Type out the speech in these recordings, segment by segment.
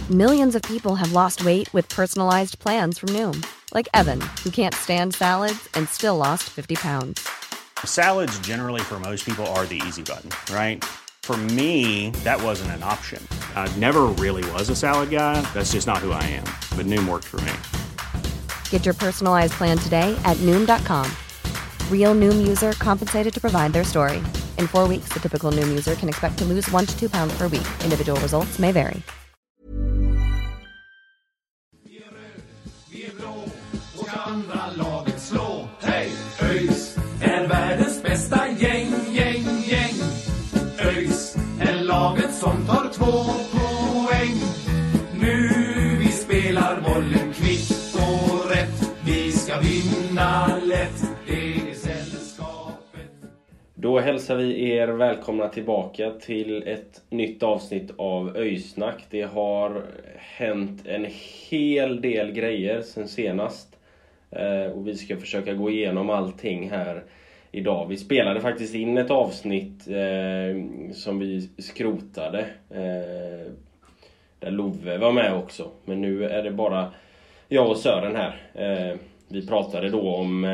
Millions of people have lost weight with personalized plans from Noom. Like Evan, who can't stand salads and still lost 50 pounds. Salads generally for most people are the easy button, right? For me, that wasn't an option. I never really was a salad guy. That's just not who I am. But Noom worked for me. Get your personalized plan today at Noom.com. Real Noom user compensated to provide their story. In 4 weeks, the typical Noom user can expect to lose 1 to 2 pounds per week. Individual results may vary. Vi är blå och andra laget slå. Hej! ÖIS är världens bästa gäng. ÖIS är laget som tar 2 poäng. Nu vi spelar bollen kvitt och rätt. Vi ska vinna lätt. Det är sällskapet. Då hälsar vi er välkomna tillbaka till ett nytt avsnitt av ÖIS-snack. Det har hänt en hel del grejer sen senast. Och vi ska försöka gå igenom allting här idag. Vi spelade faktiskt in ett avsnitt som vi skrotade. Där Love var med också. Men nu är det bara jag och Sören här. Vi pratade då om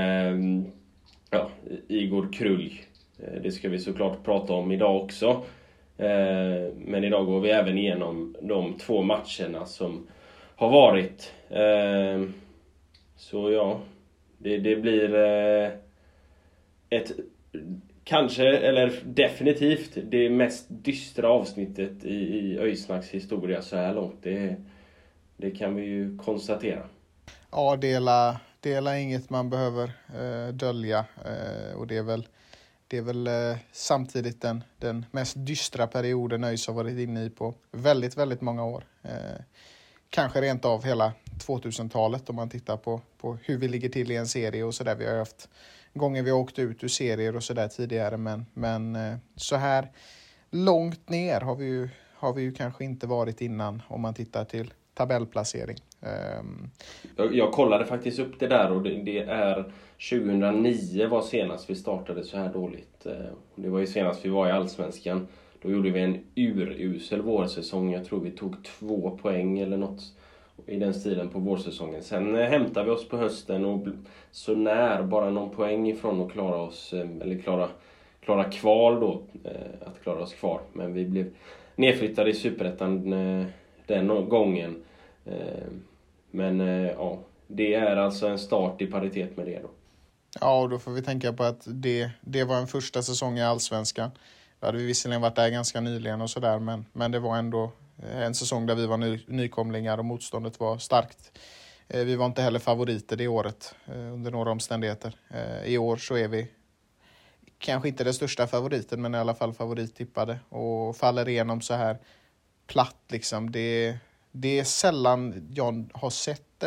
Igor Krulj. Det ska vi såklart prata om idag också. Men idag går vi även igenom de 2 matcherna som har varit. Så ja, det blir ett kanske, eller definitivt det mest dystra avsnittet i ÖIS-snacks historia så här långt. Det kan vi ju konstatera. Ja, dela inget man behöver dölja. Och det är väl samtidigt den mest dystra perioden ÖIS har varit inne i på väldigt, väldigt många år. Kanske rent av hela 2000-talet om man tittar på hur vi ligger till i en serie och sådär. Vi har haft gånger vi har åkt ut ur serier och sådär tidigare. Men så här långt ner har vi ju kanske inte varit innan om man tittar till tabellplacering. Jag kollade faktiskt upp det där och det är 2009 var senast vi startade så här dåligt. Det var ju senast vi var i Allsvenskan. Då gjorde vi en urusel vårsäsong. Jag tror vi tog 2 poäng eller något i den stilen på vårsäsongen. Sen hämtade vi oss på hösten och så när bara någon poäng ifrån att klara oss, eller klara kval då, att klara oss kvar. Men vi blev nedflyttade i Superettan den gången. Men ja, det är alltså en start i paritet med det då. Ja, och då får vi tänka på att det var en första säsong i Allsvenskan. Då hade vi visserligen varit där ganska nyligen och sådär, men det var ändå en säsong där vi var nykomlingar och motståndet var starkt. Vi var inte heller favoriter det året under några omständigheter. I år så är vi kanske inte den största favoriten, men i alla fall favorittippade och faller igenom så här platt liksom. Det är sällan jag har sett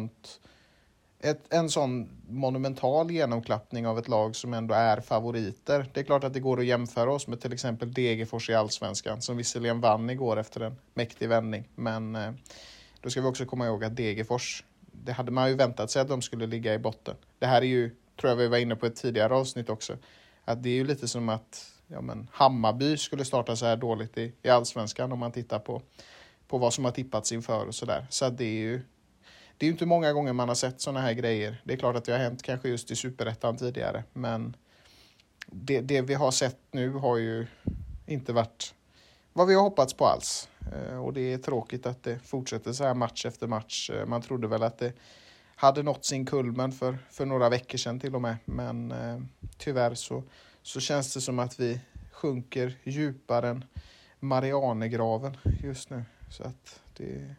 en sån monumental genomklappning av ett lag som ändå är favoriter. Det är klart att det går att jämföra oss med till exempel Degerfors i Allsvenskan som visserligen vann igår efter en mäktig vändning. Men då ska vi också komma ihåg att Degerfors, det hade man ju väntat sig att de skulle ligga i botten. Det här är ju, tror jag vi var inne på ett tidigare avsnitt också, att det är ju lite som att Hammarby skulle starta så här dåligt i Allsvenskan om man tittar på vad som har tippats inför och sådär. Så det är ju inte många gånger man har sett såna här grejer. Det är klart att det har hänt kanske just i Superettan tidigare. Men det vi har sett nu har ju inte varit vad vi har hoppats på alls. Och det är tråkigt att det fortsätter så här match efter match. Man trodde väl att det hade nått sin kulmen för några veckor sedan till och med. Men tyvärr så känns det som att vi sjunker djupare än Marianergraven just nu. Så att det...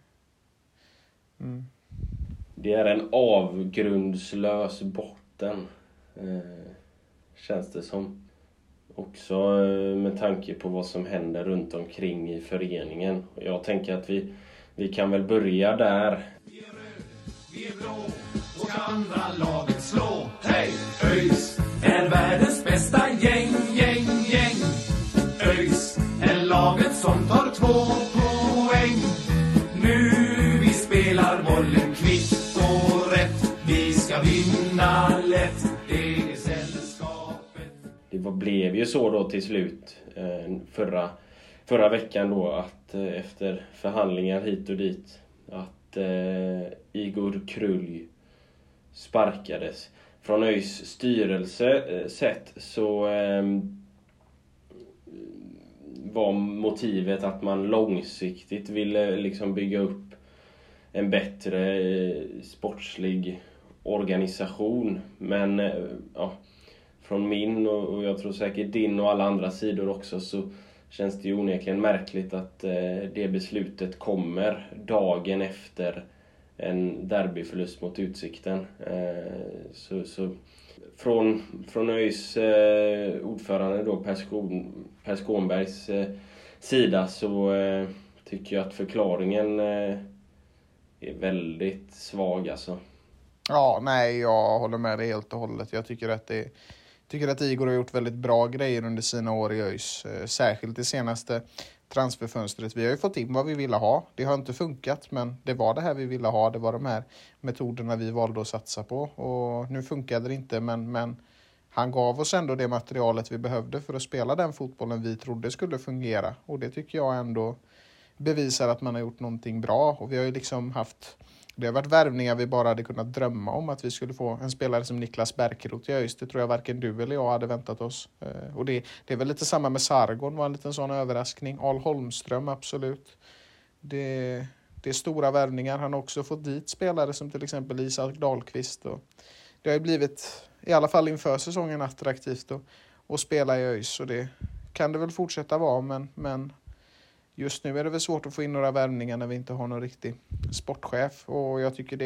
Det är en avgrundslös botten, känns det som. Också med tanke på vad som händer runt omkring i föreningen. Jag tänker att vi kan väl börja där. Vi är röd, vi är blå och andra laget slå. Hej! ÖIS är världens bästa gäng. ÖIS är laget som tar 2 poäng. Nu vi spelar bollen kvitt och rätt. Vi ska vinna lätt. Det är sällskapet. Det blev ju så då till slut förra veckan då att efter förhandlingar hit och dit att Igor Krulj sparkades. Från ÖIS styrelse sett så var motivet att man långsiktigt ville liksom bygga upp en bättre sportslig organisation. Men från min och jag tror säkert din och alla andra sidor också, så känns det ju onekligen märkligt att det beslutet kommer dagen efter en derbyförlust mot Utsikten. Så från ÖIS ordförande då Per Skånbergs sida så tycker jag att förklaringen är väldigt svag alltså. Ja, nej, jag håller med dig helt och hållet. Jag tycker att Igor har gjort väldigt bra grejer under sina år i ÖIS. Särskilt det senaste transferfönstret. Vi har ju fått in vad vi ville ha. Det har inte funkat, men det var det här vi ville ha. Det var de här metoderna vi valde att satsa på. Och nu funkade det inte, men han gav oss ändå det materialet vi behövde för att spela den fotbollen vi trodde skulle fungera. Och det tycker jag ändå bevisar att man har gjort någonting bra. Och vi har ju liksom haft... Det har varit värvningar vi bara hade kunnat drömma om, att vi skulle få en spelare som Niklas Bärkeroth i ÖIS. Det tror jag varken du eller jag hade väntat oss. Och det är väl lite samma med Sargon, var en liten sån överraskning. Al Holmström, absolut. Det är stora värvningar. Han har också fått dit spelare som till exempel Isak Dahlqvist. Och det har ju blivit, i alla fall inför säsongen, attraktivt att spela i ÖIS. Och det kan det väl fortsätta vara, men just nu är det väl svårt att få in några värvningar när vi inte har någon riktig sportchef. Och jag tycker det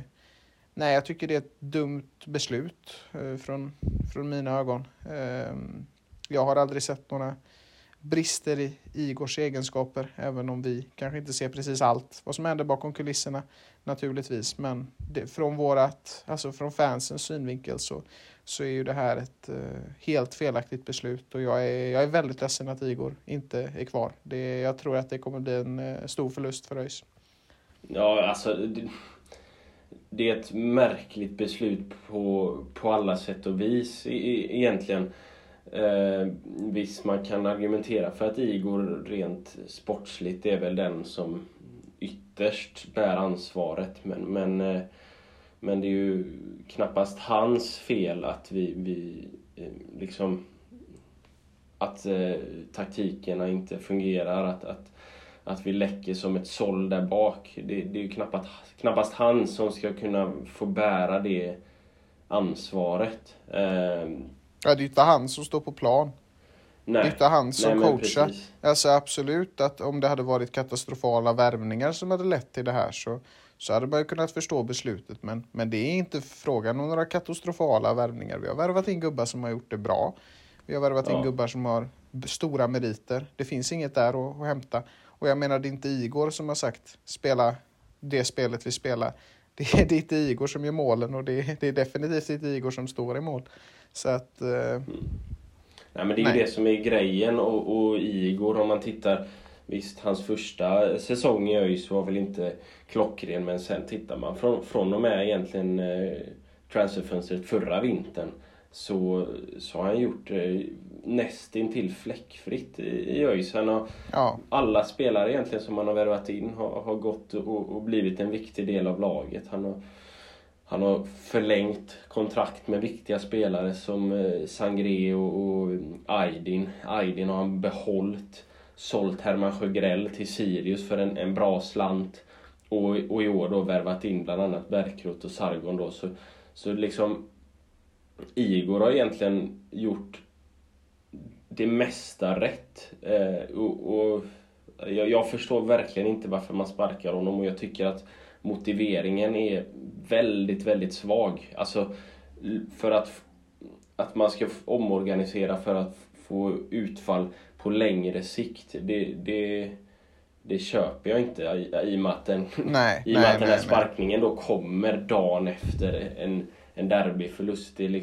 är ett dumt beslut från mina ögon. Jag har aldrig sett några brister i Igors egenskaper, även om vi kanske inte ser precis allt vad som händer bakom kulisserna naturligtvis. Men från fansens synvinkel så är ju det här ett helt felaktigt beslut, och jag är väldigt ledsen att Igor inte är kvar. Jag tror att det kommer bli en stor förlust för ÖIS. Ja, alltså det är ett märkligt beslut på alla sätt och vis egentligen. Visst, man kan argumentera för att Igor rent sportsligt är väl den som ytterst bär ansvaret, men det är ju knappast hans fel att vi liksom att taktikerna inte fungerar, att vi läcker som ett såll där bak. Det är ju knappast han som ska kunna få bära det ansvaret. Ja, det är inte han som står på plan. Nej. Det är inte han som coachar. Precis. Alltså absolut att om det hade varit katastrofala värvningar som hade lett till det här så hade man ju kunnat förstå beslutet. Men det är inte frågan om några katastrofala värvningar. Vi har värvat in gubbar som har gjort det bra. Vi har värvat in gubbar som har stora meriter. Det finns inget där att hämta. Och jag menar, det är inte Igor som har sagt spela det spelet vi spelar. Det är inte Igor som gör målen, och det är definitivt inte Igor som står i mål. Så att... Nej, men det är ju det som är grejen, och Igor, om man tittar, visst, hans första säsong i ÖIS var väl inte klockren, men sen tittar man från och med egentligen transferfönstret förra vintern, så har han gjort nästintill fläckfritt i ÖIS. Alla spelare egentligen som han har värvat in har gått och blivit en viktig del av laget. Han har förlängt kontrakt med viktiga spelare som Sangré och Aydin. Aydin har han behållit. Sålt Herman Sjögrell till Sirius för en bra slant. Och i år då värvat in bland annat Bärkeroth och Sargon då. Så liksom Igor har egentligen gjort det mesta rätt. Och jag förstår verkligen inte varför man sparkar honom, och jag tycker att motiveringen är väldigt, väldigt svag. Alltså för att man ska omorganisera för att få utfall på längre sikt. Det köper jag inte i och med att den här sparkningen då kommer dagen efter en derbyförlust. Det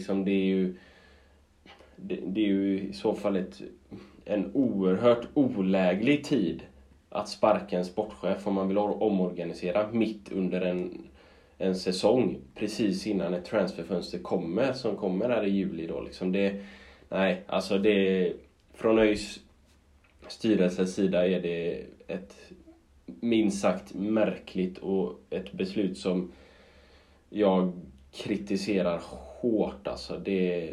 är ju i så fall en oerhört oläglig tid att sparka en sportchef om man vill omorganisera mitt under en säsong, precis innan ett transferfönster som kommer här i juli då. Liksom från ÖIS styrelsens sida är det ett minst sagt märkligt och ett beslut som jag kritiserar hårt. Alltså det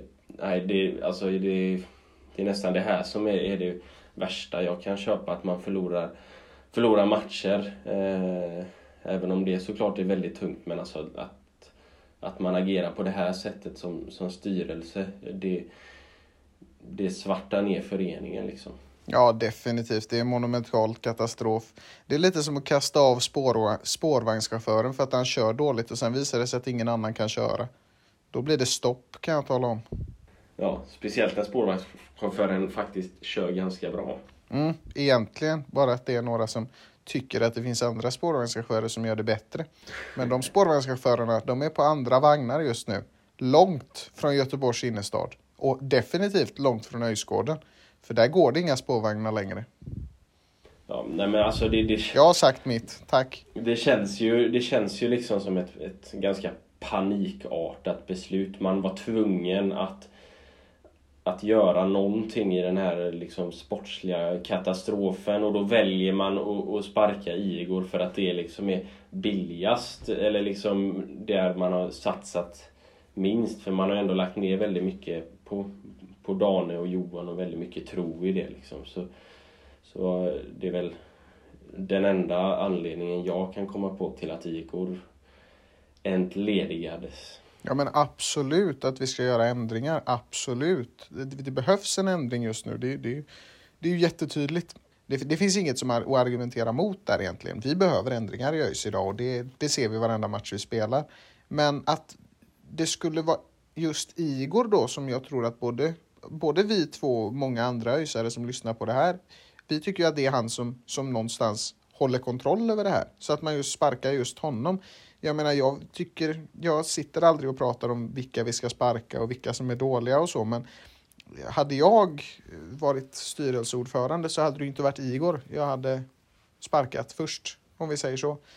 är nästan det här som är det värsta. Jag kan köpa att man förlorar matcher, även om det såklart är väldigt tungt, men alltså att man agerar på det här sättet som styrelse, det svartar ner föreningen liksom. Ja, definitivt. Det är en monumental katastrof. Det är lite som att kasta av spårvagnschauffören för att han kör dåligt och sen visar det sig att ingen annan kan köra. Då blir det stopp, kan jag tala om. Ja, speciellt när spårvagnschauffören faktiskt kör ganska bra. Egentligen, bara att det är några som tycker att det finns andra spårvagnschaufförer som gör det bättre. Men de spårvagnschaufförerna, de är på andra vagnar just nu. Långt från Göteborgs innerstad. Och definitivt långt från Öjsgården. För där går det inga spårvagnar längre. Ja, nej men alltså Jag har sagt mitt, tack. Det känns ju liksom som ett ganska panikartat beslut. Man var tvungen att göra någonting i den här liksom sportsliga katastrofen, och då väljer man att sparka Igor för att det liksom är billigast, eller liksom där man har satsat minst, för man har ändå lagt ner väldigt mycket på Dane och Johan och väldigt mycket tro i det liksom. Så det är väl den enda anledningen jag kan komma på till att Igor entledigades. Ja, men absolut att vi ska göra ändringar. Absolut. Det behövs en ändring just nu. Det är ju jättetydligt. Det finns inget som är att argumentera mot där egentligen. Vi behöver ändringar i ÖIS idag och det ser vi varenda match vi spelar. Men att det skulle vara just Igor då, som jag tror att både vi två och många andra ÖISare som lyssnar på det här, vi tycker ju att det är han som någonstans håller kontroll över det här. Så att man just sparkar just honom. Jag menar, jag sitter aldrig och pratar om vilka vi ska sparka och vilka som är dåliga och så, men hade jag varit styrelseordförande så hade det inte varit Igor jag hade sparkat först, om vi säger så.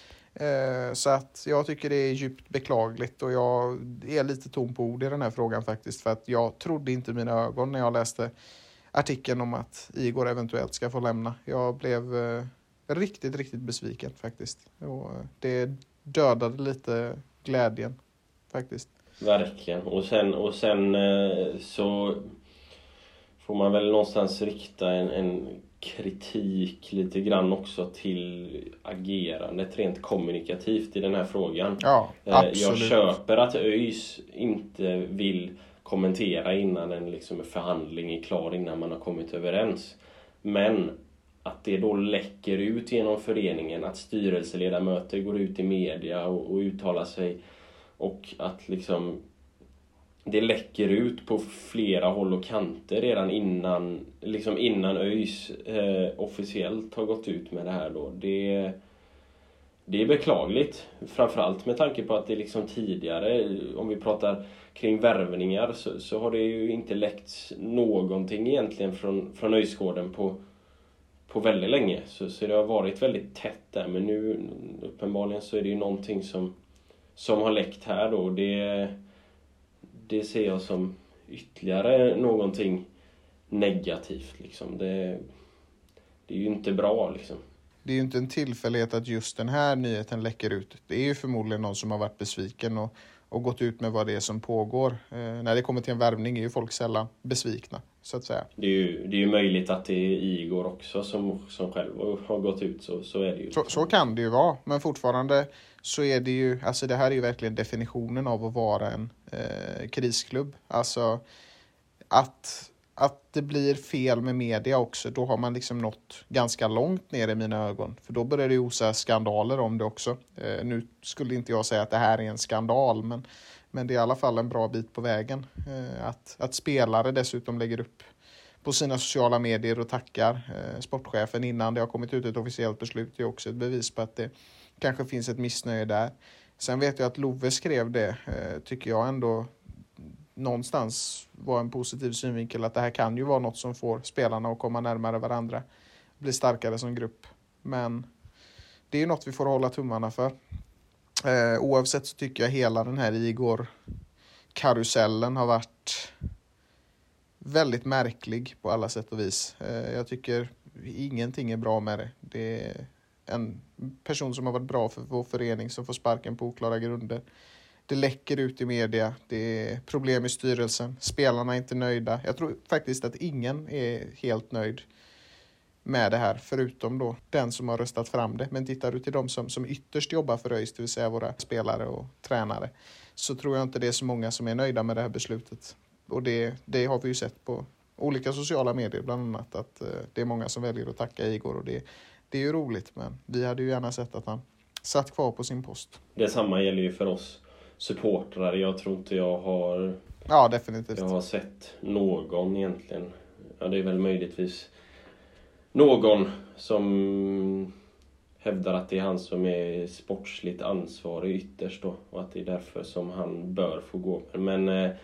Så att jag tycker det är djupt beklagligt och jag är lite tom på ord i den här frågan faktiskt, för att jag trodde inte mina ögon när jag läste artikeln om att Igor eventuellt ska få lämna. Jag blev riktigt, riktigt besviken faktiskt. Och det dödade lite glädjen faktiskt. Verkligen. Och sen så får man väl någonstans rikta en kritik lite grann också till agerandet rent kommunikativt i den här frågan. Ja, absolut. Jag köper att ÖIS inte vill kommentera innan en liksom förhandling är klar, innan man har kommit överens. Men att det då läcker ut genom föreningen, att styrelseledamöter går ut i media och uttalar sig, och att liksom det läcker ut på flera håll och kanter redan innan ÖIS officiellt har gått ut med det här då. Det är beklagligt, framförallt med tanke på att det liksom tidigare, om vi pratar kring värvningar, så har det ju inte läckts någonting egentligen från Öjsgården på väldigt länge. Så det har varit väldigt tätt där, men nu uppenbarligen så är det ju någonting som har läckt här då. Det ser jag som ytterligare någonting negativt liksom. Det är ju inte bra liksom. Det är ju inte en tillfällighet att just den här nyheten läcker ut. Det är ju förmodligen någon som har varit besviken och gått ut med vad det är som pågår. När det kommer till en värvning är ju folk sällan besvikna, så att säga. Det är ju möjligt att det är Igor också som själv har gått ut, så är det ju. Så kan det ju vara, men fortfarande så är det ju, alltså det här är ju verkligen definitionen av att vara en krisklubb. Alltså att det blir fel med media också, då har man liksom nått ganska långt ner i mina ögon. För då börjar det osa skandaler om det också. Nu skulle inte jag säga att det här är en skandal, men det är i alla fall en bra bit på vägen. Att spelare dessutom lägger upp på sina sociala medier och tackar sportchefen innan det har kommit ut ett officiellt beslut är också ett bevis på att det kanske finns ett missnöje där. Sen vet jag att Love skrev det, tycker jag ändå någonstans var en positiv synvinkel, att det här kan ju vara något som får spelarna att komma närmare varandra, bli starkare som grupp. Men det är ju något vi får hålla tummarna för. Oavsett så tycker jag hela den här Igor-karusellen har varit väldigt märklig på alla sätt och vis. Jag tycker ingenting är bra med det. Det är en person som har varit bra för vår förening som får sparken på oklara grunder. Det läcker ut i media. Det är problem i styrelsen. Spelarna är inte nöjda. Jag tror faktiskt att ingen är helt nöjd med det här, förutom då den som har röstat fram det. Men tittar du till de som ytterst jobbar för ÖIS, det vill säga våra spelare och tränare, så tror jag inte det är så många som är nöjda med det här beslutet. Och det har vi ju sett på olika sociala medier bland annat, att det är många som väljer att tacka Igor, och det är ju roligt, men vi hade ju gärna sett att han satt kvar på sin post. Detsamma gäller ju för oss supportrar. Jag tror inte jag har... Ja, definitivt. Jag har sett någon egentligen. Ja, det är väl möjligtvis någon som hävdar att det är han som är sportsligt ansvarig ytterst då, och att det är därför som han bör få gå. Men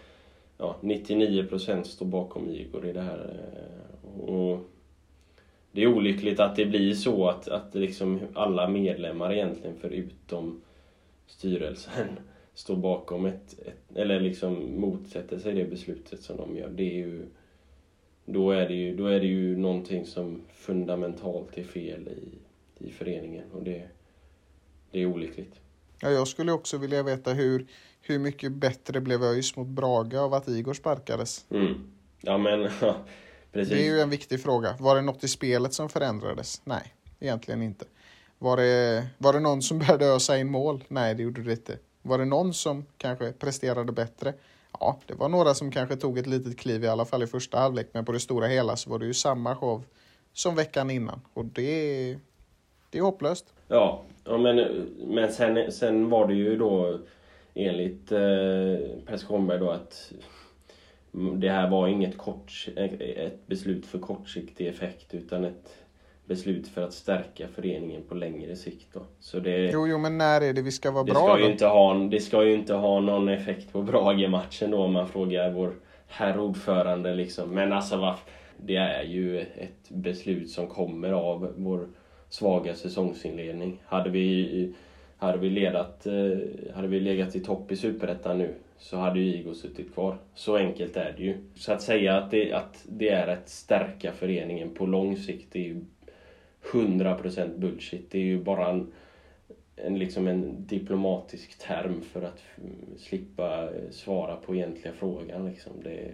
99% står bakom Igor i det här. Och det är olyckligt att det blir så att liksom alla medlemmar egentligen förutom styrelsen står bakom eller liksom motsätter sig det beslutet som de gör. Det är ju, då är det ju någonting som fundamentalt är fel i föreningen, och det är olyckligt. Ja, jag skulle också vilja veta hur mycket bättre blev ÖIS mot Braga av att Igor sparkades. Ja, men precis. Det är ju en viktig fråga. Var det något i spelet som förändrades? Nej, egentligen inte. Var det någon som började ösa in mål? Nej, det gjorde det inte. Var det någon som kanske presterade bättre? Ja, det var några som kanske tog ett litet kliv i alla fall i första halvlek. Men på det stora hela så var det ju samma show som veckan innan. Och det är hopplöst. Ja, men sen var det ju då enligt Per Skånberg då att det här var inget ett beslut för kortsiktig effekt, utan ett beslut för att stärka föreningen på längre sikt då. Så det, jo, men när är det vi ska vara bra? Det ska ju inte ha någon effekt på Brage-matchen då, om man frågar vår herr ordförande liksom. Men alltså det är ju ett beslut som kommer av vår svaga säsongsinledning. Hade vi legat i topp i Superettan nu, så hade ju Igor suttit kvar. Så enkelt är det ju. Så att säga att det är att stärka föreningen på lång sikt, det är ju 100% bullshit. Det är ju bara en diplomatisk term för att slippa svara på egentliga frågan liksom.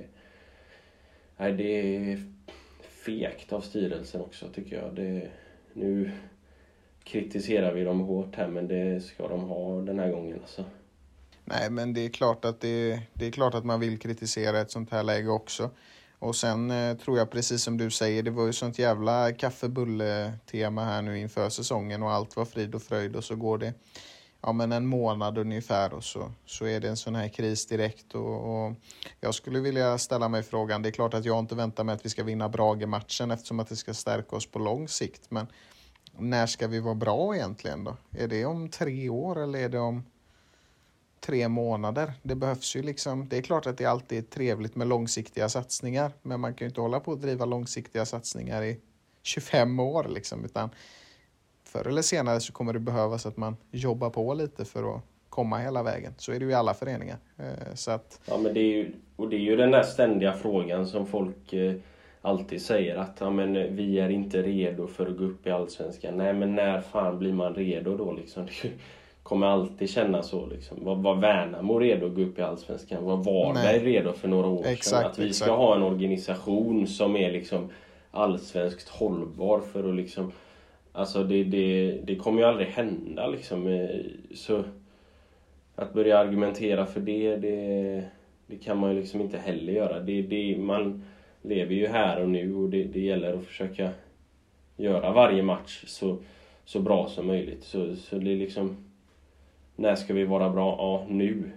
Det är fegt av styrelsen också, tycker jag. Nu kritiserar vi dem hårt här, men det ska de ha den här gången alltså. Nej, men det är klart att det är klart att man vill kritisera ett sånt här läge också. Och sen tror jag, precis som du säger, det var ju sånt jävla kaffebulle-tema här nu inför säsongen, och allt var frid och fröjd, och så går det en månad ungefär, och så är det en sån här kris direkt. Och jag skulle vilja ställa mig frågan, det är klart att jag inte väntar mig att vi ska vinna Brage-matchen eftersom att det ska stärka oss på lång sikt, men när ska vi vara bra egentligen då? Är det om 3 år eller är det om 3 månader? Det behövs ju liksom, det är klart att det alltid är trevligt med långsiktiga satsningar, men man kan ju inte hålla på att driva långsiktiga satsningar i 25 år liksom, utan förr eller senare så kommer det behövas att man jobbar på lite för att komma hela vägen. Så är det ju i alla föreningar. Så att... Ja, men det är ju den där ständiga frågan som folk alltid säger att vi är inte redo för att gå upp i Allsvenskan. Nej, men när fan blir man redo då liksom? Det kommer alltid känna så liksom. Var Värnamo redo att gå upp i Allsvenskan? Var Varberg redo för några år sedan? Att vi ska ha en organisation som är liksom allsvenskt hållbar för att liksom... Alltså det kommer ju aldrig hända liksom. Så att börja argumentera för det kan man ju liksom inte heller göra. Man lever ju här och nu, och det gäller att försöka göra varje match så bra som möjligt. Så det är liksom, när ska vi vara bra? Ja, nu.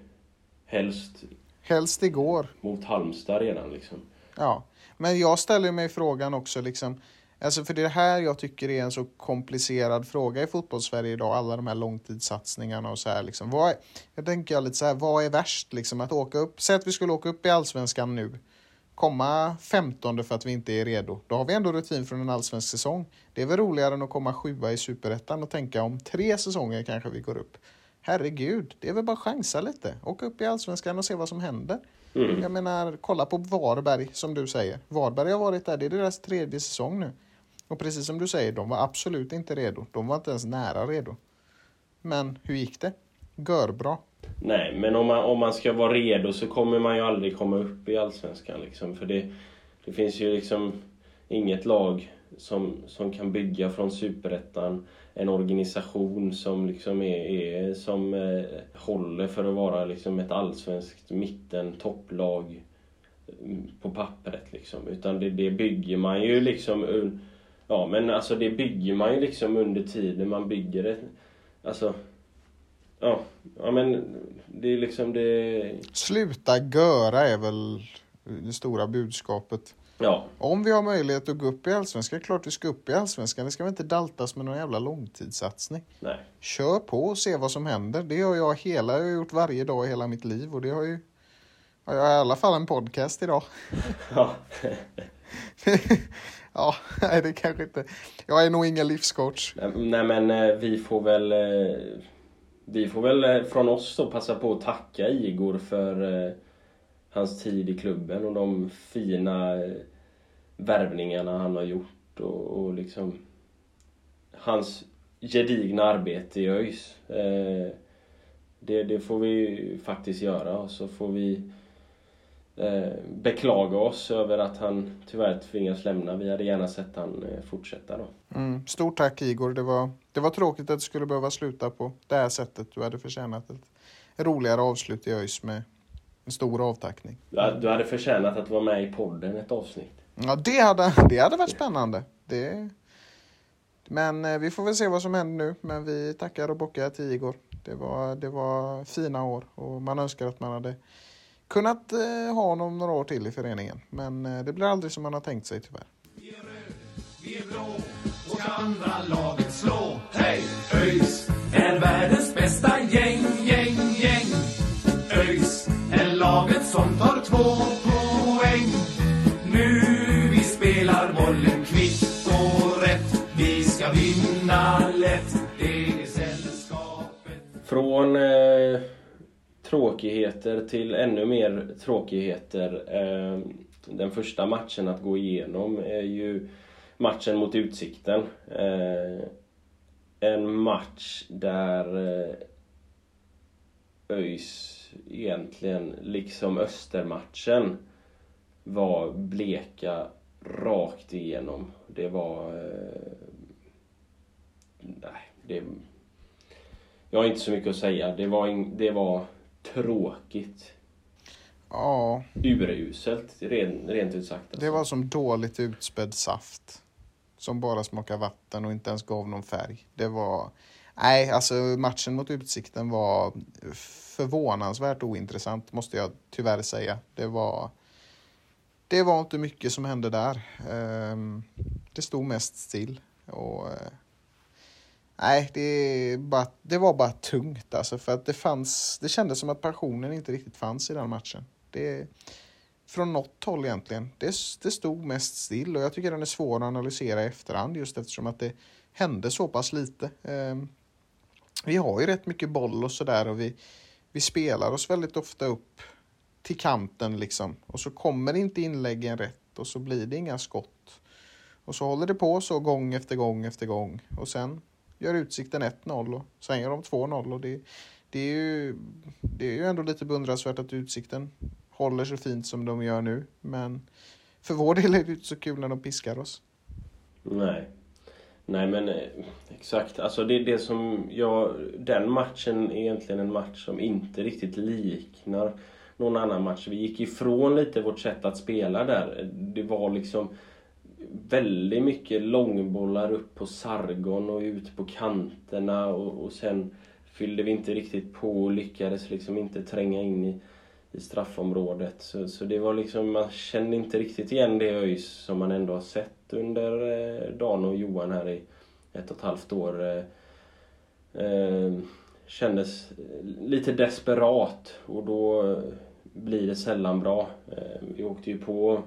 Helst igår. Mot Halmstad redan liksom. Ja, men jag ställer mig frågan också liksom, alltså för det här jag tycker är en så komplicerad fråga i fotbollssverige idag, alla de här långtidssatsningarna och så här liksom. Jag tänker lite så här, vad är värst liksom, att åka upp, säg att vi skulle åka upp i Allsvenskan nu, komma 15 för att vi inte är redo. Då har vi ändå rutin från en allsvensk säsong. Det är väl roligare än att komma 7 i Superettan och tänka om 3 säsonger kanske vi går upp. Herregud, det är väl bara chansa lite. Åka upp i Allsvenskan och se vad som händer. Mm. Jag menar, kolla på Varberg som du säger. Varberg har varit där, det är deras 3:e säsong nu. Och precis som du säger, de var absolut inte redo. De var inte ens nära redo. Men hur gick det? Görbra. Nej, men om man ska vara redo så kommer man ju aldrig komma upp i Allsvenskan. Liksom. För det finns ju liksom inget lag som kan bygga från Superettan. En organisation som liksom är som håller för att vara liksom ett allsvenskt mitten topplag på pappret liksom. Utan det bygger man ju liksom, ja men alltså det bygger man ju liksom under tiden man bygger det. Alltså ja men det är liksom det. Sluta göra är väl det stora budskapet. Ja. Om vi har möjlighet att gå upp i Allsvenskan, klart vi ska upp i Allsvenskan. Det ska vi inte daltas med någon jävla långtidssatsning. Nej. Kör på och se vad som händer. Det har jag har gjort varje dag i hela mitt liv. Och det har jag i alla fall en podcast idag. Ja. Ja, nej det kanske inte. Jag är nog ingen livscoach. Nej men vi får väl från oss då passa på att tacka Igor för hans tid i klubben och de fina värvningarna han har gjort och liksom hans gedigna arbete i ÖIS. Det får vi faktiskt göra, och så får vi beklaga oss över att han tyvärr tvingas lämna. Vi hade gärna sett han fortsätta då. Stort tack Igor. Det var tråkigt att det skulle behöva sluta på det här sättet. Du hade förtjänat ett roligare avslut i ÖIS med en stor avtackning. Du hade förtjänat att vara med i podden ett avsnitt. Ja, det hade varit spännande. Men vi får väl se vad som händer nu. Men vi tackar och bockar till Igor. Det var fina år och man önskar att man hade kunnat ha honom några år till i föreningen. Men det blir aldrig som man har tänkt sig tyvärr. Vi är röd, vi är blå och ska andra laget slå. Hej! ÖIS är världens bästa gäng. ÖIS är laget som tar 2 poäng. Nu vi spelar bollen kvitt och rätt. Vi ska vinna lätt, det är sällskapet. Från tråkigheter till ännu mer tråkigheter. Den första matchen att gå igenom är ju matchen mot Utsikten. En match där ÖIS egentligen liksom Östermatchen var bleka rakt igenom. Det var jag har inte så mycket att säga. Det var tråkigt. Ja. Uruselt, rent ut sagt. Alltså. Det var som dåligt utspädd saft. Som bara smakar vatten och inte ens gav någon färg. Det var... Nej, alltså matchen mot Utsikten var förvånansvärt ointressant, måste jag tyvärr säga. Det var inte mycket som hände där. Det stod mest still. Och... Nej, det var bara tungt alltså, för att det kändes som att passionen inte riktigt fanns i den matchen. Från något håll egentligen. Det stod mest still, och jag tycker den är svår att analysera i efterhand just eftersom att det hände så pass lite. Vi har ju rätt mycket boll och sådär, och vi spelar oss väldigt ofta upp till kanten liksom, och så kommer inte inläggen rätt och så blir det inga skott. Och så håller det på så gång efter gång efter gång, och sen gör Utsikten 1-0 och sen gör de 2-0, och det är ju ändå lite beundransvärt att Utsikten håller så fint som de gör nu, men för vår del är det inte så kul när de piskar oss. Nej men exakt, alltså det som den matchen är egentligen en match som inte riktigt liknar någon annan match. Vi gick ifrån lite vårt sätt att spela där. Det var liksom väldigt mycket långbollar upp på sargon och ut på kanterna, och sen fyllde vi inte riktigt på och lyckades liksom inte tränga in i straffområdet. Så det var liksom, man kände inte riktigt igen det ÖIS som man ändå har sett under Dan och Johan här i 1,5 år. Kändes lite desperat, och då blir det sällan bra. Vi åkte ju på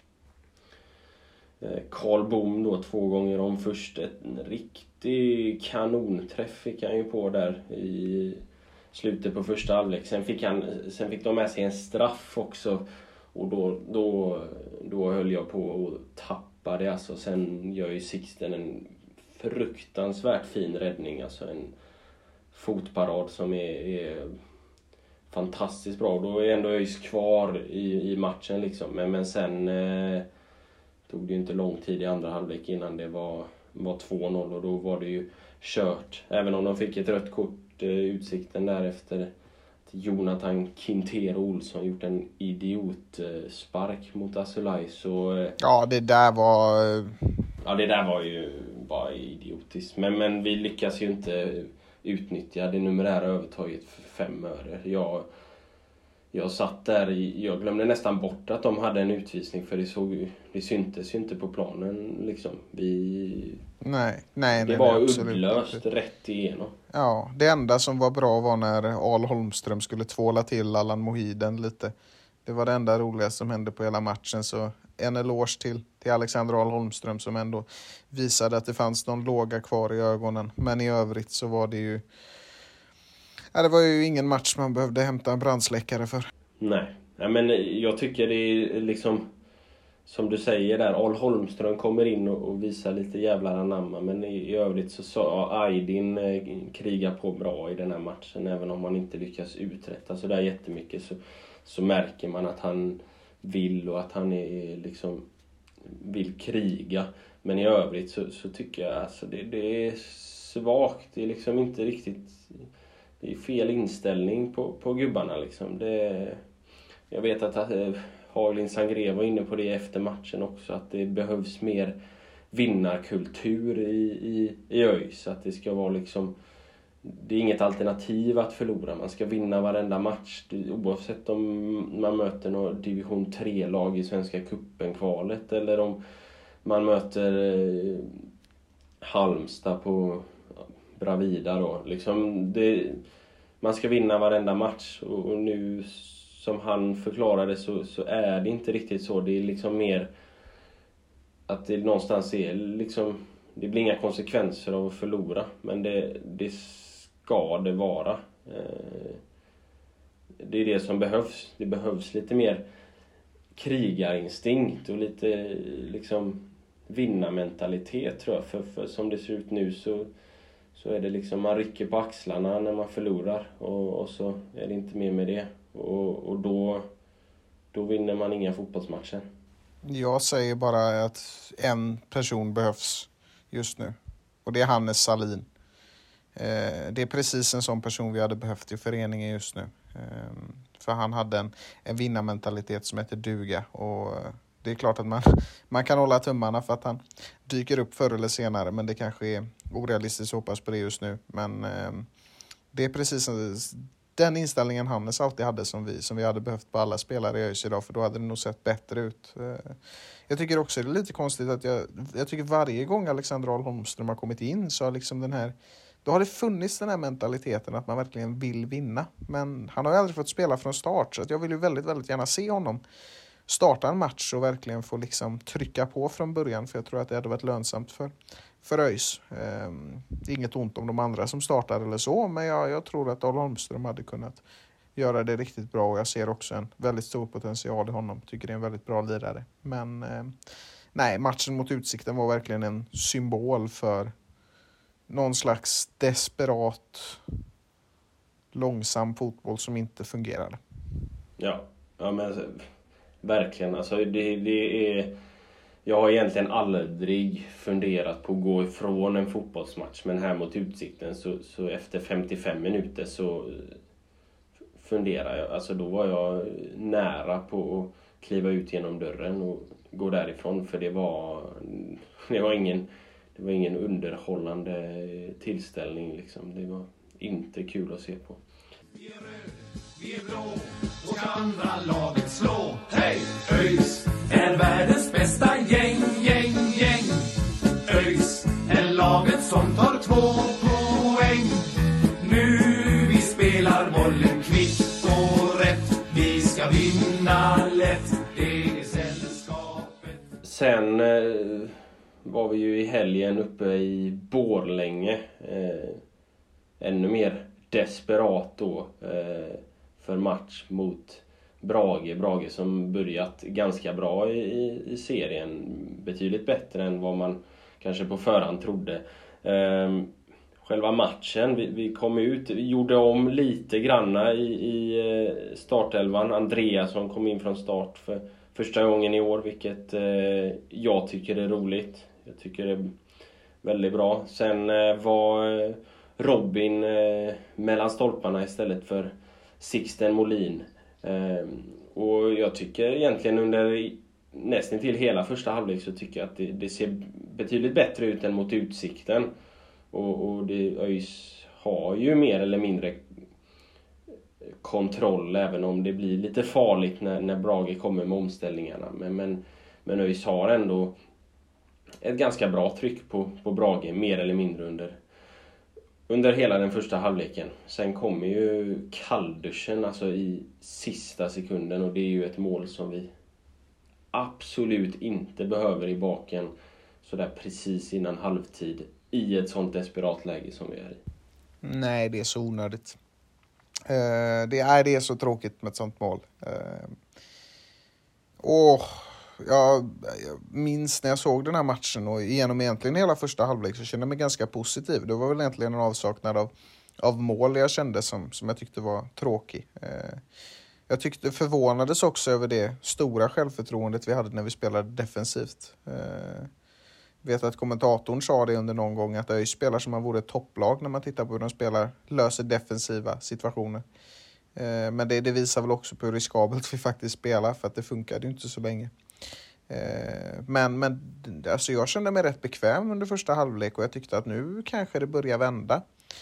Karl Bom då 2 gånger om. Först en riktig kanonträff fick han ju på där i slutet på första halvlek. Sen fick de med sig en straff också, och då höll jag på att tappa tappar det alltså. Sen gör ju Sixten en fruktansvärt fin räddning. Alltså en fotparad som är fantastiskt bra. Då är ändå ÖIS kvar i matchen liksom. Men sen tog det ju inte lång tid i andra halvlek innan det var 2-0. Och då var det ju kört. Även om de fick ett rött kort, Utsikten därefter. Att Jonathan Quintero Olsson gjort en idiotspark mot Asulaj. Så Ja, det där var... ja, det där var ju bara idiotiskt. Men vi lyckas ju inte utnyttja det numerära övertaget för 5 öre. Jag satt där, jag glömde nästan bort att de hade en utvisning, för det syntes ju inte på planen liksom. Det var upplöst rätt igenom. Ja, det enda som var bra var när Al Holmström skulle tvåla till Allan Mohiden lite. Det var det enda roliga som hände på hela matchen, så en eloge till Alexander Al Holmström som ändå visade att det fanns någon låga kvar i ögonen. Men i övrigt så var det ju... Ja, det var ju ingen match man behövde hämta en brandsläckare för. Nej, men jag tycker det är liksom... Som du säger där, Al Holmström kommer in och visar lite jävlar anamma. Men i övrigt så sa Aydin krigar på bra i den här matchen. Även om man inte lyckas uträtta så där jättemycket, så märker man att han vill och att han är liksom vill kriga. Men i övrigt så tycker jag alltså det är svagt. Det är liksom inte riktigt... Det är fel inställning på gubbarna liksom. Jag vet att Haglin Sangre var inne på det efter matchen också, att det behövs mer vinnarkultur i ÖIS. Att det ska vara liksom, det är inget alternativ att förlora. Man ska vinna varenda match, oavsett om man möter någon division 3-lag i Svenska cupen-kvalet eller om man möter Halmstad på Bravida då. Liksom man ska vinna varenda match, och nu som han förklarade så är det inte riktigt så. Det är liksom mer att det någonstans är liksom, det blir inga konsekvenser av att förlora, men det ska det vara. Det är det som behövs. Det behövs lite mer krigarinstinkt och lite liksom vinnarmentalitet, tror jag. För som det ser ut nu så är det liksom, man rycker på axlarna när man förlorar, och så är det inte mer med det. Och då vinner man inga fotbollsmatcher. Jag säger bara att en person behövs just nu, och det är Hannes Salin. Det är precis en sån person vi hade behövt i föreningen just nu. För han hade en vinnarmentalitet som heter duga, och det är klart att man kan hålla tummarna för att han dyker upp förr eller senare, men det kanske är orealistiskt att hoppas på det just nu. Men det är precis den inställningen Hannes alltid hade som vi hade behövt på alla spelare i ÖIS idag, för då hade det nog sett bättre ut. Jag tycker också det är lite konstigt att jag tycker varje gång Alexander Al Holmström har kommit in så har liksom då har det funnits den här mentaliteten att man verkligen vill vinna. Men han har ju aldrig fått spela från start, så att jag vill ju väldigt, väldigt gärna se honom starta en match och verkligen få liksom trycka på från början, för jag tror att det hade varit lönsamt för ÖIS. Inget ont om de andra som startar eller så, men jag tror att Al Holmström hade kunnat göra det riktigt bra, och jag ser också en väldigt stor potential i honom. Tycker det är en väldigt bra lirare. Men nej, matchen mot Utsikten var verkligen en symbol för någon slags desperat långsam fotboll som inte fungerade. Ja men verkligen, alltså det är... Jag har egentligen aldrig funderat på att gå ifrån en fotbollsmatch, men här mot Utsikten så efter 55 minuter så funderar jag. Alltså då var jag nära på att kliva ut genom dörren och gå därifrån, för det var ingen underhållande tillställning liksom. Det var inte kul att se på. Vi är röd, vi är blå, och ska andra laget slå. Hej! ÖIS är världens bästa gäng. ÖIS är laget som tar 2 poäng. Nu vi spelar bollen kvitt och rätt. Vi ska vinna lätt, det är sällskapet. Sen var vi ju i helgen uppe i Borlänge. Ännu mer desperat då för match mot Brage som börjat ganska bra i serien. Betydligt bättre än vad man kanske på förhand trodde. Själva matchen, vi kom ut, vi gjorde om lite granna i startelvan. Andreasson kom in från start för första gången i år, vilket jag tycker är roligt. Jag tycker det är väldigt bra. Sen var Robin mellan stolparna istället för Sixten Molin. Och jag tycker egentligen under nästan till hela första halvlek så tycker jag att det ser betydligt bättre ut än mot Utsikten. Och ÖIS har ju mer eller mindre kontroll, även om det blir lite farligt när Brage kommer med omställningarna. Men ÖIS har ändå ett ganska bra tryck på Brage, mer eller mindre under hela den första halvleken. Sen kommer ju kallduschen alltså i sista sekunden, och det är ju ett mål som vi absolut inte behöver i baken så där precis innan halvtid i ett sånt desperat läge som vi är i. Nej, det är så onödigt. Det är så tråkigt med ett sånt mål. Jag minns när jag såg den här matchen och genom egentligen hela första halvlek så kände jag mig ganska positiv. Det var väl egentligen en avsaknad av mål jag kände som jag tyckte var tråkig. Jag tyckte förvånades också över det stora självförtroendet vi hade när vi spelade defensivt. Vet att kommentatorn sa det under någon gång att ÖIS spelar som man vore ett topplag när man tittar på hur de löser defensiva situationer. Men det visar väl också på hur riskabelt vi faktiskt spelar, för att det funkade ju inte så länge. Men alltså jag kände mig rätt bekväm under första halvlek och jag tyckte att nu kanske det börjar vända.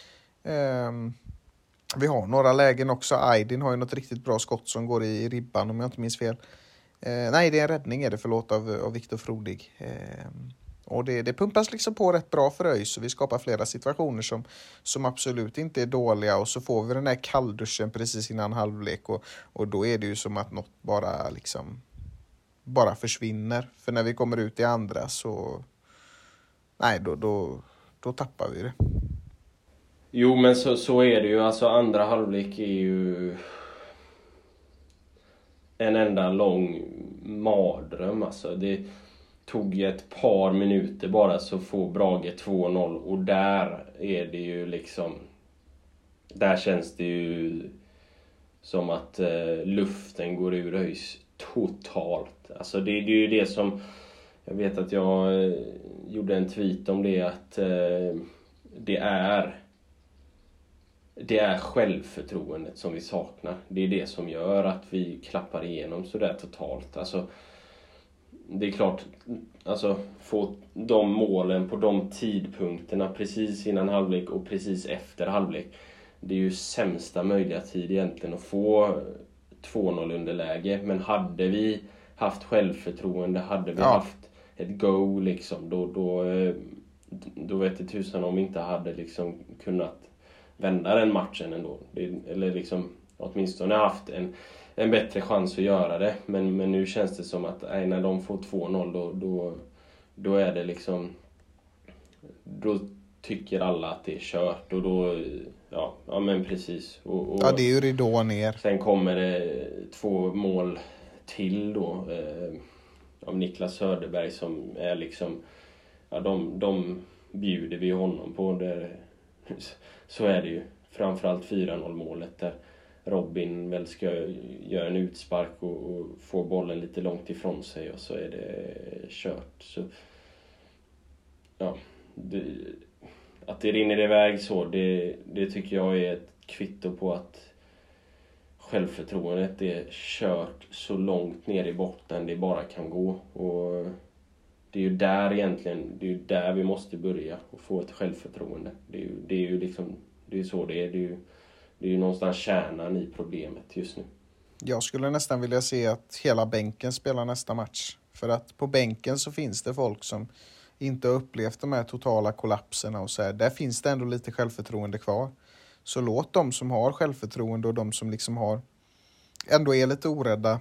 Vi har några lägen också. Aydin har ju något riktigt bra skott som går i ribban om jag inte minns fel. Nej, det är en räddning av Viktor Frodig. Och det pumpas liksom på rätt bra för ÖIS, så vi skapar flera situationer som absolut inte är dåliga, och så får vi den här kallduschen precis innan halvlek och då är det ju som att något bara försvinner, för när vi kommer ut i andra så då tappar vi det. Jo, men så är det ju. Alltså andra halvlek är ju en enda lång mardröm. Alltså det tog ett par minuter bara så får Brage 2-0, och där är det ju liksom, där känns det ju som att luften går ur ÖIS totalt. Alltså det är ju det som, jag vet att jag gjorde en tweet om det, att det är självförtroendet som vi saknar. Det är det som gör att vi klappar igenom så där totalt. Alltså det är klart, alltså få de målen på de tidpunkterna precis innan halvlek och precis efter halvlek. Det är ju sämsta möjliga tid egentligen att få 2-0 underläge. Men hade vi haft självförtroende, hade vi haft ett go liksom, då vet jag tusan om vi inte hade liksom kunnat vända den matchen ändå. Eller liksom åtminstone haft en bättre chans att göra det. Men nu känns det som att när de får 2-0 då är det liksom, då tycker alla att det är kört, och då ja men precis. Och ja, det är ju ridå ner. Sen kommer det 2 mål till då av Niklas Söderberg som är liksom, ja de bjuder vi honom på det. Så är det ju. Framförallt 4-0 målet där Robin väl ska göra en utspark och få bollen lite långt ifrån sig, och så är det kört. Så ja, att det rinner iväg så, det tycker jag är ett kvitto på att självförtroendet är kört så långt ner i botten det bara kan gå. Och det är ju där egentligen, det är ju där vi måste börja och få ett självförtroende. Det är ju liksom, det är så det är. Det är ju någonstans kärnan i problemet just nu. Jag skulle nästan vilja se att hela bänken spelar nästa match. För att på bänken så finns det folk som inte har upplevt de här totala kollapserna och så här. Där finns det ändå lite självförtroende kvar. Så låt de som har självförtroende och de som liksom ändå är lite orädda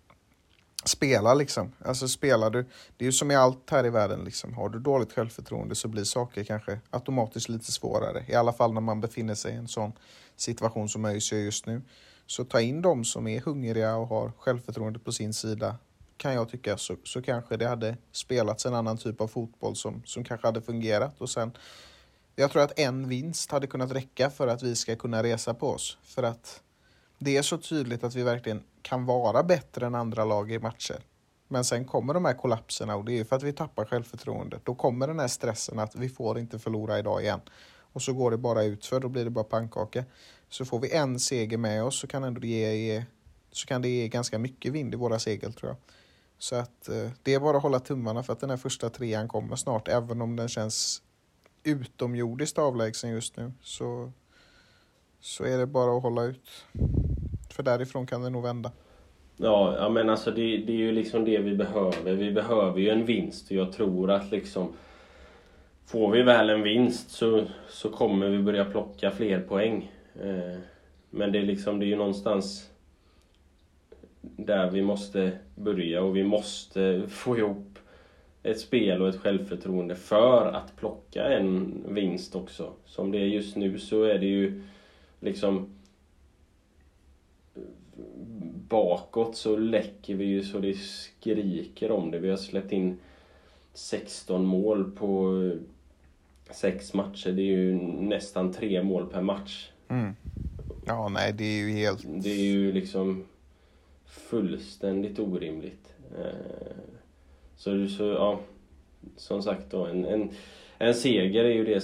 spela liksom. Alltså spelar du, det är ju som i allt här i världen liksom. Har du dåligt självförtroende så blir saker kanske automatiskt lite svårare. I alla fall när man befinner sig i en sån situation som ÖIS gör just nu. Så ta in de som är hungriga och har självförtroende på sin sida, kan jag tycka, så kanske det hade spelats en annan typ av fotboll som kanske hade fungerat. Och sen, jag tror att en vinst hade kunnat räcka för att vi ska kunna resa på oss. För att det är så tydligt att vi verkligen kan vara bättre än andra lag i matcher. Men sen kommer de här kollapserna, och det är för att vi tappar självförtroendet. Då kommer den här stressen att vi får inte förlora idag igen. Och så går det bara ut för då blir det bara pannkaka. Så får vi en seger med oss så kan det ge ganska mycket vind i våra segel, tror jag. Så att det är bara att hålla tummarna för att den här första trean kommer snart. Även om den känns utomjordiskt avlägsen just nu, så är det bara att hålla ut. För därifrån kan det nog vända. Ja, men alltså det är ju liksom det vi behöver. Vi behöver ju en vinst, och jag tror att liksom får vi väl en vinst så kommer vi börja plocka fler poäng. Men det är ju någonstans där vi måste börja, och vi måste få ihop ett spel och ett självförtroende för att plocka en vinst också. Som det är just nu så är det ju liksom bakåt så läcker vi ju så det skriker om det. Vi har släppt in 16 mål på 6 matcher. Det är ju nästan 3 mål per match. Mm. Ja, nej, det är ju helt... Det är ju liksom fullständigt orimligt. Så ja, som sagt då, en seger är ju det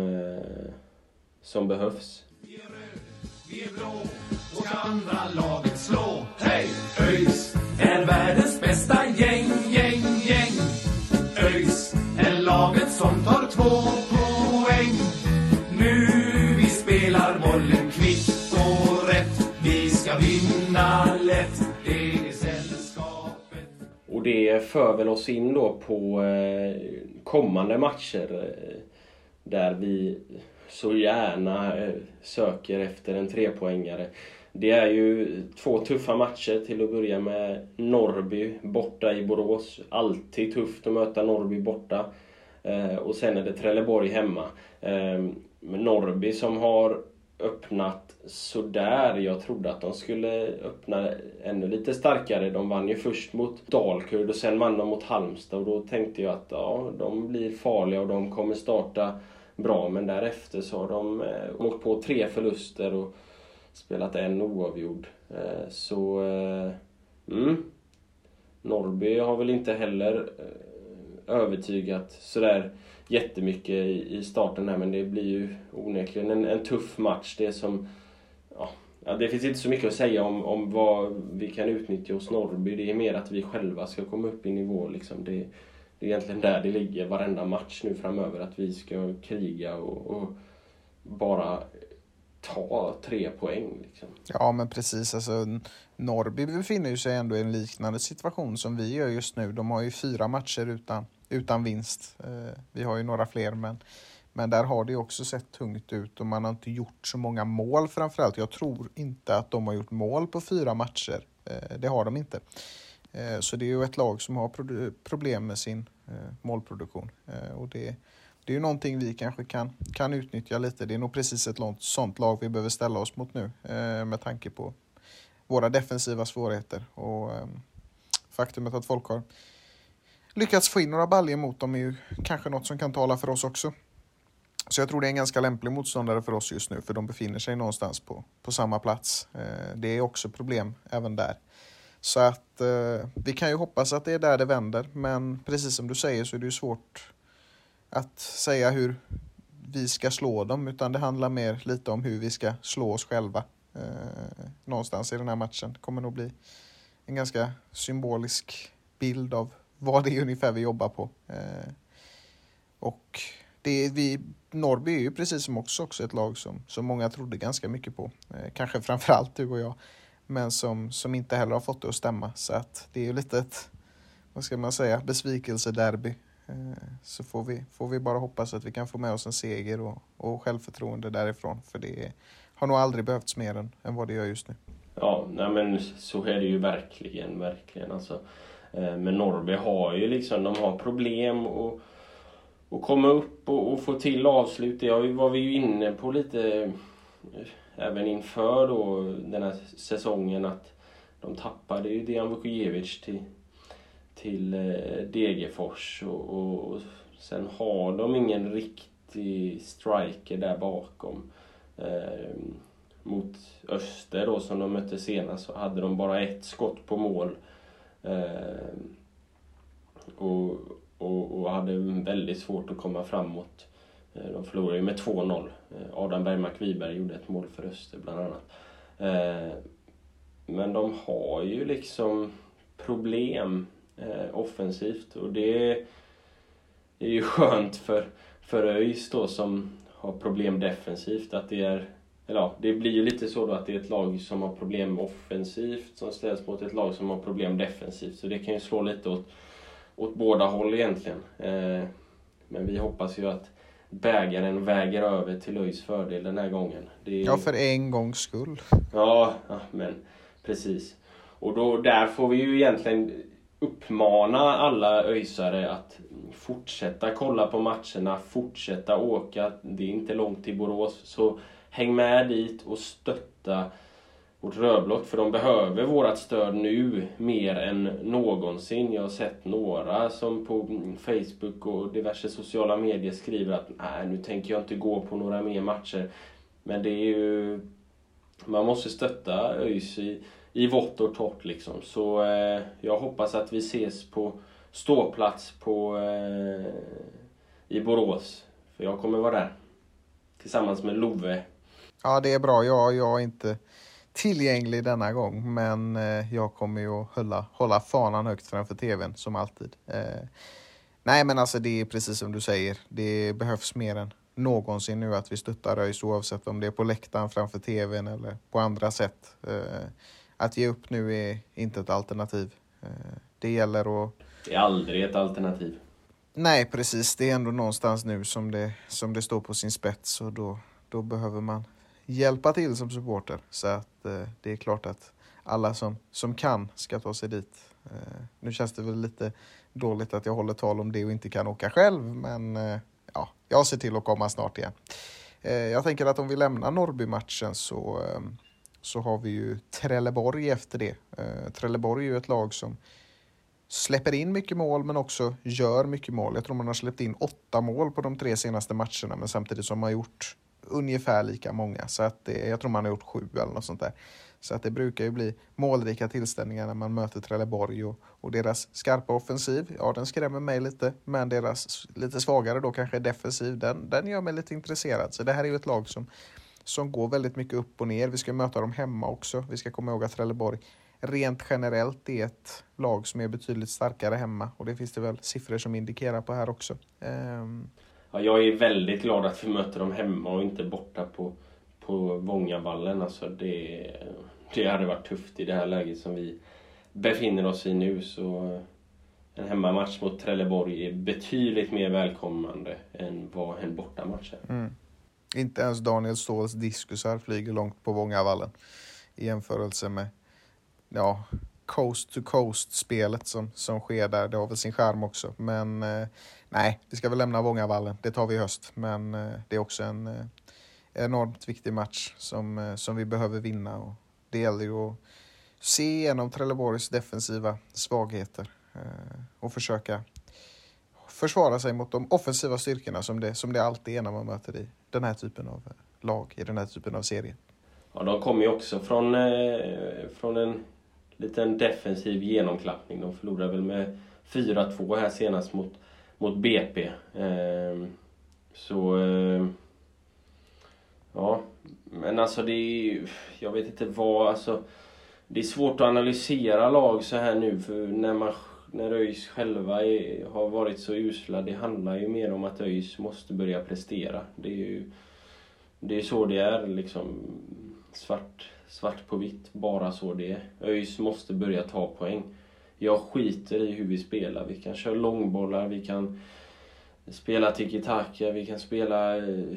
som behövs. Vi är röd, vi är blå, och ska andra laget slå. Hej! ÖIS är världens bästa gäng. ÖIS är laget som tar 2 poäng. Nu vi spelar bollen kvitt och rätt. Vi ska vinna lätt, det är sällskapet. Och det för väl oss in då på kommande matcher där vi så gärna söker efter en 3-poängare. Det är ju 2 tuffa matcher till att börja med. Norrby borta i Borås. Alltid tufft att möta Norrby borta. Och sen är det Trelleborg hemma. Norrby som har öppnat så där. Jag trodde att de skulle öppna ännu lite starkare. De vann ju först mot Dalkurd och sen vann de mot Halmstad. Och då tänkte jag att ja, de blir farliga och de kommer starta bra. Men därefter så har de åkt på 3 förluster och spelat en oavgjord. Norrby har väl inte heller övertygat sådär jättemycket i starten här, men det blir ju onekligen en tuff match. Det som det finns inte så mycket att säga om vad vi kan utnyttja hos Norrby. Det är mer att vi själva ska komma upp i nivå liksom. Det är egentligen där det ligger varenda match nu framöver, att vi ska kriga och bara ta 3 poäng liksom. Ja, men precis. Alltså, Norrby befinner sig ändå i en liknande situation som vi gör just nu. De har ju 4 matcher utan vinst. Vi har ju några fler, men där har det också sett tungt ut och man har inte gjort så många mål framförallt. Jag tror inte att de har gjort mål på 4 matcher. Det har de inte. Så det är ju ett lag som har problem med sin målproduktion. Och det är ju någonting vi kanske kan utnyttja lite. Det är nog precis ett sånt lag vi behöver ställa oss mot nu. Med tanke på våra defensiva svårigheter. Och faktumet att folk har lyckats få in några baljor mot dem är ju kanske något som kan tala för oss också. Så jag tror det är en ganska lämplig motståndare för oss just nu. För de befinner sig någonstans på samma plats. Det är också problem även där. Så att vi kan ju hoppas att det är där det vänder. Men precis som du säger så är det ju svårt att säga hur vi ska slå dem. Utan det handlar mer lite om hur vi ska slå oss själva. Någonstans i den här matchen. Det kommer nog bli en ganska symbolisk bild av vad det är ungefär vi jobbar på. Och Norrby är ju precis som också ett lag som många trodde ganska mycket på. Kanske framförallt du och jag. Men som inte heller har fått det att stämma. Så att det är ju lite ett, vad ska man säga, besvikelsederby. Så får vi bara hoppas att vi kan få med oss en seger och självförtroende därifrån. För det har nog aldrig behövts mer än vad det gör just nu. Ja, nej men så är det ju verkligen alltså. Men Norrby har ju liksom, de har problem och komma upp och få till avslut. Det var vi ju inne på lite även inför då den här säsongen att de tappade ju Dejan Vukojevic till Degerfors och sen har de ingen riktig striker där bakom. Mot Öster då som de mötte senast så hade de bara ett skott på mål och hade väldigt svårt att komma framåt. De förlorade ju med 2-0. Adam Bergmark-Wiberg gjorde ett mål för Öster bland annat. Men de har ju liksom problem offensivt och det är ju skönt för ÖIS då som har problem defensivt att det blir ju lite så då att det är ett lag som har problem offensivt som ställs mot ett lag som har problem defensivt, så det kan ju slå lite åt båda håll egentligen. Men vi hoppas ju att bägaren väger över till ÖIS fördel den här gången. Ja, för en gångs skull. Ja, men precis. Och där får vi ju egentligen uppmana alla ÖISare att fortsätta kolla på matcherna, fortsätta åka. Det är inte långt till Borås, så häng med dit och stötta vårt rödblått, för de behöver vårat stöd nu mer än någonsin. Jag har sett några som på Facebook och diverse sociala medier skriver att nej, nu tänker jag inte gå på några mer matcher. Men det är ju, man måste stötta ÖIS i vått och torrt liksom. Så jag hoppas att vi ses på ståplats i Borås, för jag kommer vara där tillsammans med Love. Ja, det är bra. Jag är inte tillgänglig denna gång, men jag kommer ju att hålla fanan högt framför tvn som alltid. Nej, men alltså det är precis som du säger. Det behövs mer än någonsin nu att vi stöttar ÖIS, oavsett om det är på läktaren framför tvn eller på andra sätt. Att ge upp nu är inte ett alternativ. Det gäller att... Det är aldrig ett alternativ. Nej, precis. Det är ändå någonstans nu som det står på sin spets, och då behöver man hjälpa till som supporter. Så att det är klart att alla som kan ska ta sig dit. Nu känns det väl lite dåligt att jag håller tal om det och inte kan åka själv, men ja, jag ser till att komma snart igen. Jag tänker att om vi lämnar Norrby-matchen så har vi ju Trelleborg efter det. Trelleborg är ju ett lag som släpper in mycket mål men också gör mycket mål. Jag tror man har släppt in 8 mål på de 3 senaste matcherna, men samtidigt som man har gjort ungefär lika många. Så att jag tror man har gjort 7 eller något sånt där. Så att det brukar ju bli målrika tillställningar när man möter Trelleborg, och deras skarpa offensiv, ja, den skrämmer mig lite, men deras lite svagare då kanske defensiv, den gör mig lite intresserad. Så det här är ju ett lag som går väldigt mycket upp och ner. Vi ska möta dem hemma också. Vi ska komma ihåg att Trelleborg rent generellt är ett lag som är betydligt starkare hemma, och det finns det väl siffror som indikerar på här också. Ja, jag är väldigt glad att vi möter dem hemma och inte borta på Vångavallen. Alltså det hade varit tufft i det här läget som vi befinner oss i nu, så en hemmamatch mot Trelleborg är betydligt mer välkommande än vad en bortamatch är. Inte ens Daniel Ståhls diskusar flyger långt på Vångavallen i jämförelse med coast-to-coast-spelet som sker där. Det har väl sin charm också. Men nej, vi ska väl lämna Vångavallen. Det tar vi i höst. Men det är också en enormt viktig match som vi behöver vinna. Och det gäller ju att se igenom Trelleborgs defensiva svagheter och försöka försvara sig mot de offensiva styrkorna som det alltid är när man möter i den här typen av lag, i den här typen av serie. Ja, de kommer ju också från en liten defensiv genomklappning. De förlorade väl med 4-2 här senast mot BP. Ja, men alltså det är, jag vet inte vad, alltså det är svårt att analysera lag så här nu, för när ÖIS själva har varit så usla, det handlar ju mer om att ÖIS måste börja prestera. Det är så det är liksom, svart på vitt, bara så det är. ÖIS måste börja ta poäng. Jag skiter i hur vi spelar. Vi kan köra långbollar, vi kan spela tiki-taka, vi kan spela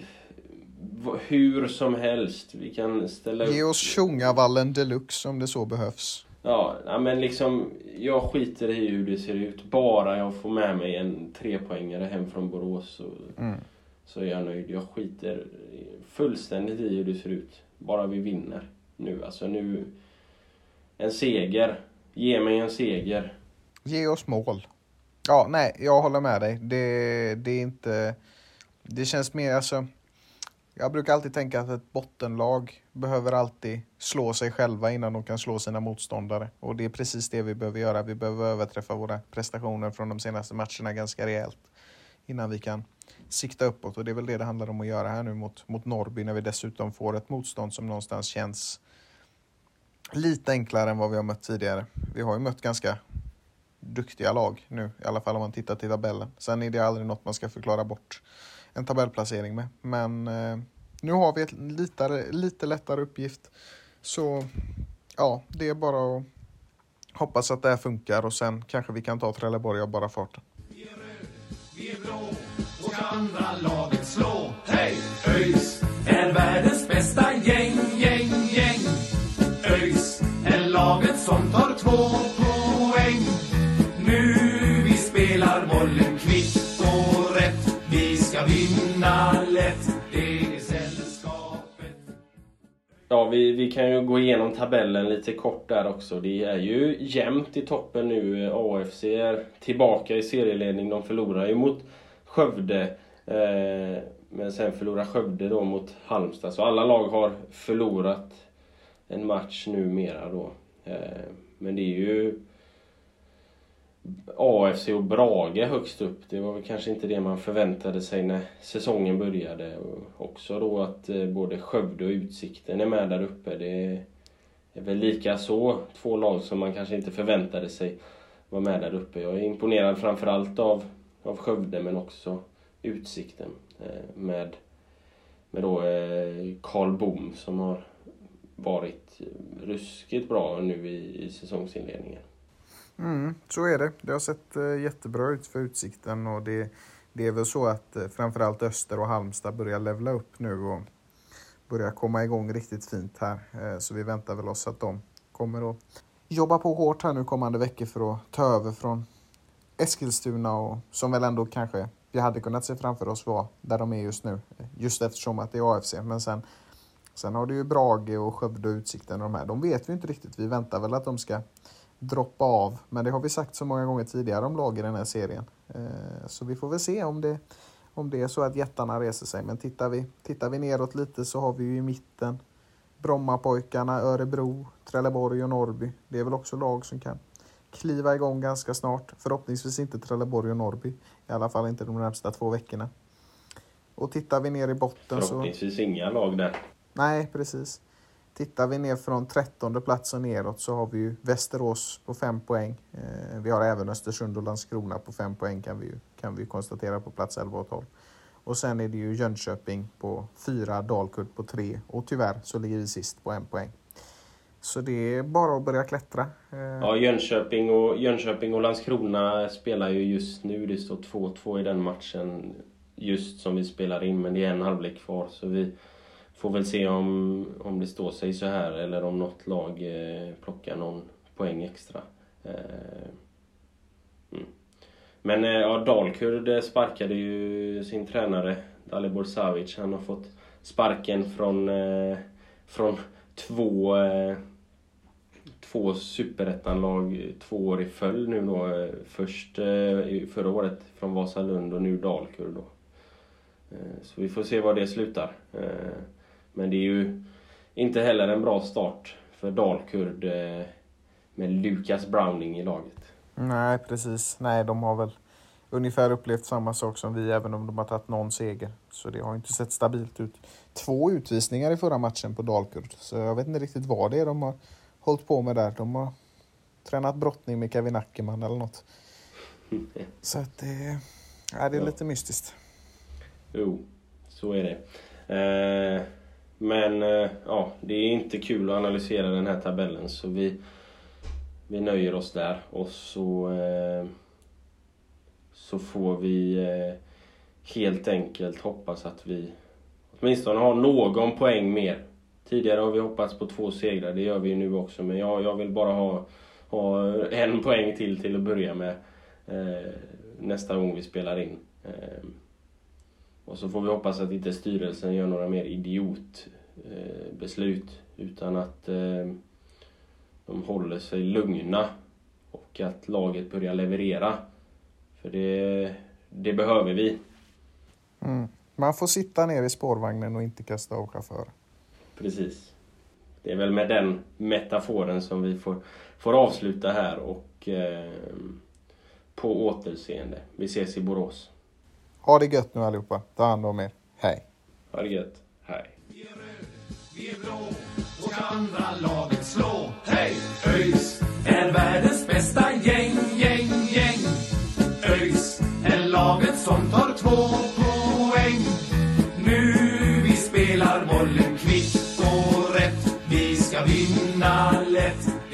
hur som helst. Vi kan ställa upp. Ge oss Tjongavallen deluxe om det så behövs. Ja, men liksom jag skiter i hur det ser ut. Bara jag får med mig en 3-poängare hem från Borås så är jag nöjd. Jag skiter fullständigt i hur det ser ut. bara vi vinner nu. Alltså nu, en seger. Ge mig en seger. Ge oss mål. Ja, nej, jag håller med dig. Det är inte... Det känns mer, alltså... Jag brukar alltid tänka att ett bottenlag behöver alltid slå sig själva innan de kan slå sina motståndare. Och det är precis det vi behöver göra. Vi behöver överträffa våra prestationer från de senaste matcherna ganska rejält innan vi kan sikta uppåt. Och det är väl det handlar om att göra här nu mot Norrby, när vi dessutom får ett motstånd som någonstans känns lite enklare än vad vi har mött tidigare. Vi har ju mött ganska duktiga lag nu, i alla fall om man tittar till tabellen. Sen är det aldrig något man ska förklara bort en tabellplacering med. Men nu har vi ett lite lättare uppgift. Så ja, det är bara att hoppas att det här funkar och sen kanske vi kan ta Trelleborg av bara farten. Vi är röd, vi är blå och ska andra laget slå. Hej! ÖIS är världens bästa gäng. ÖIS är laget som tar 2 poäng. Nu vi spelar bollen kvitt och rätt. Vi ska vinna lätt, det är sällskapet. Ja, vi kan ju gå igenom tabellen lite kort där också. Det är ju jämnt i toppen nu. AFC är tillbaka i serieledning. De förlorar ju mot Skövde. Men sen förlorar Skövde då mot Halmstad. Så alla lag har förlorat en match numera då. Men det är ju AFC och Brage högst upp. Det var väl kanske inte det man förväntade sig när säsongen började. Och också då att både Skövde och Utsikten är med där uppe. Det är väl lika så 2 lag som man kanske inte förväntade sig var med där uppe. Jag är imponerad framförallt av Skövde, men också Utsikten. Med då Karl Bom som har varit ruskigt bra nu i säsongsinledningen. Så är det. Det har sett jättebra ut för Utsikten och det är väl så att framförallt Öster och Halmstad börjar levla upp nu och börjar komma igång riktigt fint här. Så vi väntar väl oss att de kommer att jobba på hårt här nu kommande veckor för att ta över från Eskilstuna, och som väl ändå kanske vi hade kunnat se framför oss var där de är just nu. Just eftersom att det är AFC. Men sen har det ju Brage och Skövde och Utsikten och de här. De vet vi inte riktigt. Vi väntar väl att de ska droppa av. Men det har vi sagt så många gånger tidigare om lag i den här serien. Så vi får väl se om det är så att jättarna reser sig. Men tittar vi neråt lite så har vi ju i mitten Brommapojkarna, Örebro, Trelleborg och Norrby. Det är väl också lag som kan kliva igång ganska snart. Förhoppningsvis inte Trelleborg och Norrby. I alla fall inte de närmsta 2 veckorna. Och tittar vi ner i botten så... Förhoppningsvis inga lag där. Nej, precis. Tittar vi ner från 13:e plats och neråt så har vi ju Västerås på 5 poäng. Vi har även Östersund och Landskrona på 5 poäng kan vi konstatera på plats 11 och 12. Och sen är det ju Jönköping på 4, Dalkurd på 3 och tyvärr så ligger vi sist på 1 poäng. Så det är bara att börja klättra. Ja, Jönköping och Landskrona spelar ju just nu. Det står 2-2 i den matchen just som vi spelar in, men det är en halvlek kvar så vi får väl se om det står sig så här eller om något lag plockar någon poäng extra. Men ja, Dalkurd sparkade ju sin tränare Dalibor Savic. Han har fått sparken från två superettanlag 2 år i följd nu då. Först förra året från Vasalund och nu Dalkurd då. Så vi får se var det slutar. Men det är ju inte heller en bra start för Dalkurd med Lucas Browning i laget. Nej, precis. Nej, de har väl ungefär upplevt samma sak som vi, även om de har tagit någon seger. Så det har inte sett stabilt ut. 2 utvisningar i förra matchen på Dalkurd. Så jag vet inte riktigt vad det är de har hållit på med där. De har tränat brottning med Kevin Ackerman eller något. Så att det är lite mystiskt. Jo, så är det. Men ja, det är inte kul att analysera den här tabellen så vi nöjer oss där och så får vi helt enkelt hoppas att vi åtminstone har någon poäng mer. Tidigare har vi hoppats på 2 segrar, det gör vi nu också, men jag vill bara ha 1 poäng till att börja med nästa gång vi spelar in. Och så får vi hoppas att inte styrelsen gör några mer beslut, utan att de håller sig lugna och att laget börjar leverera. För det behöver vi. Man får sitta ner i spårvagnen och inte kasta av chauffören. Precis. Det är väl med den metaforen som vi får avsluta här och på återseende. Vi ses i Borås. Ha det gött nu allihopa. Ta hand om er. Hej. Ha det gött. Hej. Vi är röd, vi är blå och ska andra laget slå. Hej! ÖIS är världens bästa gäng. ÖIS är laget som tar 2 poäng. Nu vi spelar bollen kvitt och rätt. Vi ska vinna lätt.